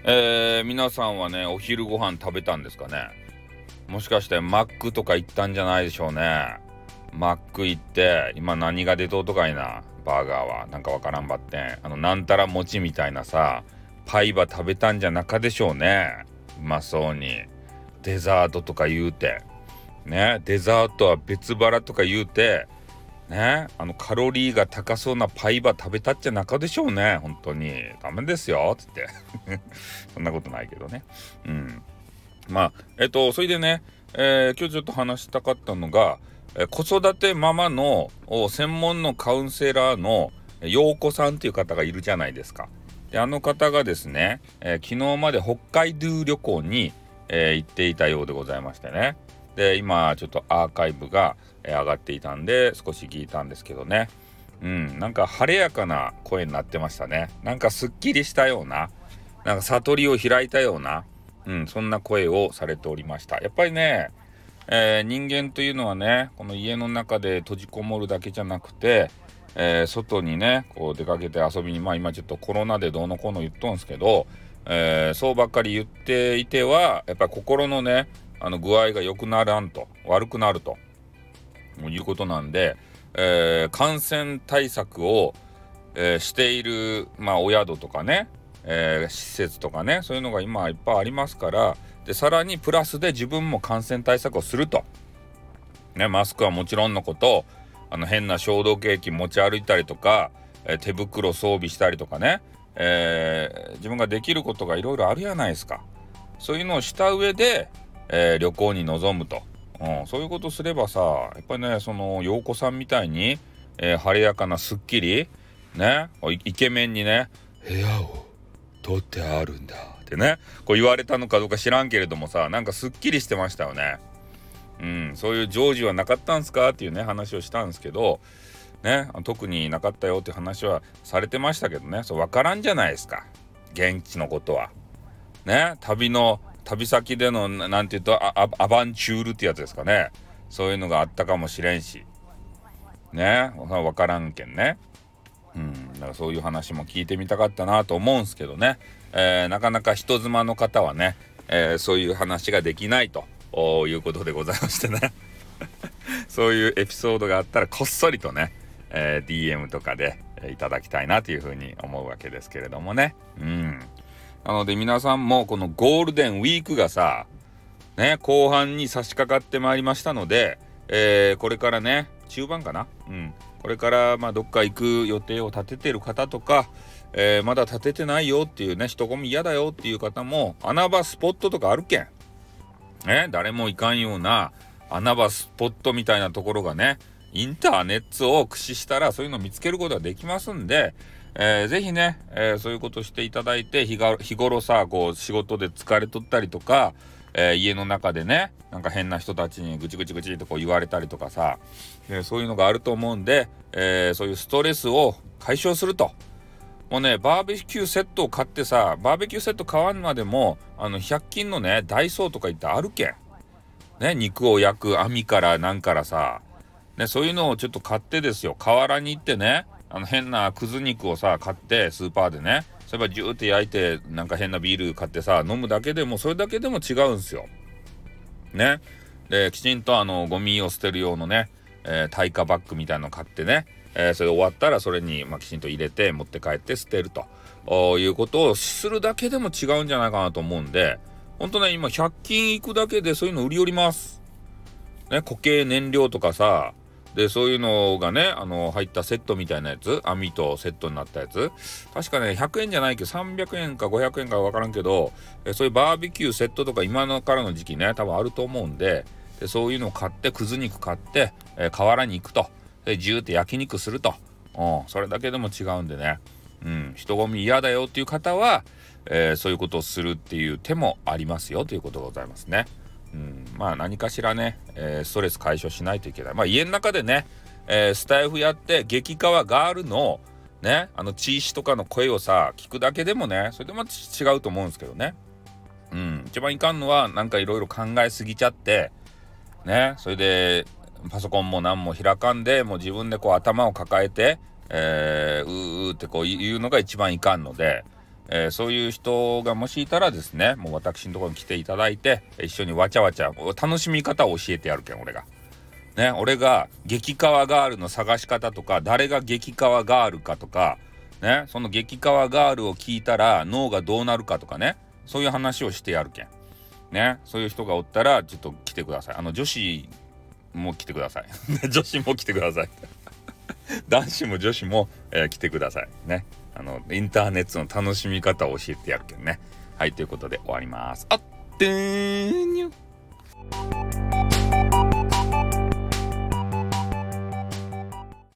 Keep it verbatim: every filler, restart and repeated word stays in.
えー、皆さんはね、お昼ご飯食べたんですかね。もしかしてマックとか行ったんじゃないでしょうね。マック行って、今何が出とうとかいな、バーガーは。なんかわからんばってん。あの、なんたら餅みたいなさ、パイば食べたんじゃなかでしょうね。うまそうに。デザートとか言うて。ね、デザートは別腹とか言うて、ね、あのカロリーが高そうなパイば食べたっちゃなかでしょうね。本当にダメですよつってそんなことないけどね。うんまあえっとそれでね、えー今日ちょっと話したかったのが、えー子育てママのお専門のカウンセラーの陽子さんっていう方がいるじゃないですか。であの方がですね、えー昨日まで北海道旅行に、えー行っていたようでございましてね。で今ちょっとアーカイブがえー上がっていたんで少し聞いたんですけどね。うんなんか晴れやかな声になってましたね。なんかすっきりしたような、なんか悟りを開いたような、うんそんな声をされておりました。やっぱりね、えー人間というのはね、この家の中で閉じこもるだけじゃなくて、えー外にねこう出かけて遊びに、まあ今ちょっとコロナでどうのこうの言っとんすけど、えーそうばっかり言っていてはやっぱり心のねあの具合が良くならんと、悪くなるということなんで、えー感染対策を、えーしている、まあ、お宿とかね、えー施設とかね、そういうのが今いっぱいありますから、でさらにプラスで自分も感染対策をすると、ね、マスクはもちろんのこと、あの変な消毒液持ち歩いたりとか、えー手袋装備したりとかね、えー自分ができることがいろいろあるじゃないですか。そういうのをした上で、えー旅行に臨むと、うん、そういうことすればさ、やっぱりねその陽子さんみたいに、えー晴れやかなすっきりね、イイケメンにね部屋を取ってあるんだってねこう言われたのかどうか知らんけれどもさ、なんかすっきりしてましたよね。うん、そういう常時はなかったんすかっていうね話をしたんですけどね、特になかったよっていう話はされてましたけどね、そう分からんじゃないですか、現地のことは。ね、旅の旅先でのななんていうとアアアバンチュールってやつですかね。そういうのがあったかもしれんしね、分からんけんね。うんだからそういう話も聞いてみたかったなと思うんすけどね、えーなかなか人妻の方はね、えーそういう話ができないということでございましてねそういうエピソードがあったらこっそりとね、えー ディーエム とかで、えーいただきたいなというふうに思うわけですけれどもね。うんなので皆さんもこのゴールデンウィークがさね後半に差し掛かってまいりましたので、えーこれからね中盤かな、うんこれからまあどっか行く予定を立ててる方とか、えーまだ立ててないよっていうね、人混み嫌だよっていう方も穴場スポットとかあるけんね、誰も行かんような穴場スポットみたいなところがね、インターネットを駆使したらそういうのを見つけることができますんで、えー、ぜひね、えーそういうことしていただいて、日が日頃さこう仕事で疲れとったりとか、えー家の中でねなんか変な人たちにぐちぐちぐちとこう言われたりとかさ、えーそういうのがあると思うんで、えーそういうストレスを解消すると。もうねバーベキューセットを買ってさ、バーベキューセット買わんまでもあのひゃく均のねダイソーとか行ってあるけんね、肉を焼く網からなんからさ、ね、そういうのをちょっと買ってですよ、河原に行ってね、あの変なくず肉をさ買ってスーパーでね、そういえばジューって焼いてなんか変なビール買ってさ飲むだけでもそれだけでも違うんすよね。できちんとあのゴミを捨てる用のね、えー、耐火バッグみたいなの買ってね、えーそれ終わったらそれに、まあ、きちんと入れて持って帰って捨てるということをするだけでも違うんじゃないかなと思うんで、ほんとね今ひゃく均行くだけでそういうの売り寄りますね。固形燃料とかさでそういうのがねあの入ったセットみたいなやつ、網とセットになったやつ、確かねひゃくえんじゃないけどさんびゃくえんかごひゃくえんかわからんけど、えそういうバーベキューセットとか今のからの時期ね多分あると思うんで、でそういうのを買ってくず肉買って、えー河原に行くと、でジューって焼肉すると、うん、それだけでも違うんでね、うん、人混み嫌だよっていう方は、えーそういうことをするっていう手もありますよということでございますね。うん、まあ何かしらね、えーストレス解消しないといけない。まあ家の中でね、えースタイフやって激川ガールのねあのチーシとかの声をさ聞くだけでもね、それでも違うと思うんですけどね。うん、一番いかんのはなんかいろいろ考えすぎちゃってね、それでパソコンも何も開かんでもう自分でこう頭を抱えて、えー、うーってこう言うのが一番いかんので、 えー、そういう人がもしいたらですね、もう私のところに来ていただいて、一緒にわちゃわちゃ楽しみ方を教えてやるけん、俺がね。俺が激カワガールの探し方とか、誰が激カワガールかとかね、その激カワガールを聞いたら脳がどうなるかとかね、そういう話をしてやるけんね。そういう人がおったらちょっと来てください。あの女子も来てください女子も来てください男子も女子も、えー、来てくださいね。あのインターネットの楽しみ方を教えてやるけんね。はい、ということで終わります。あってーにゅ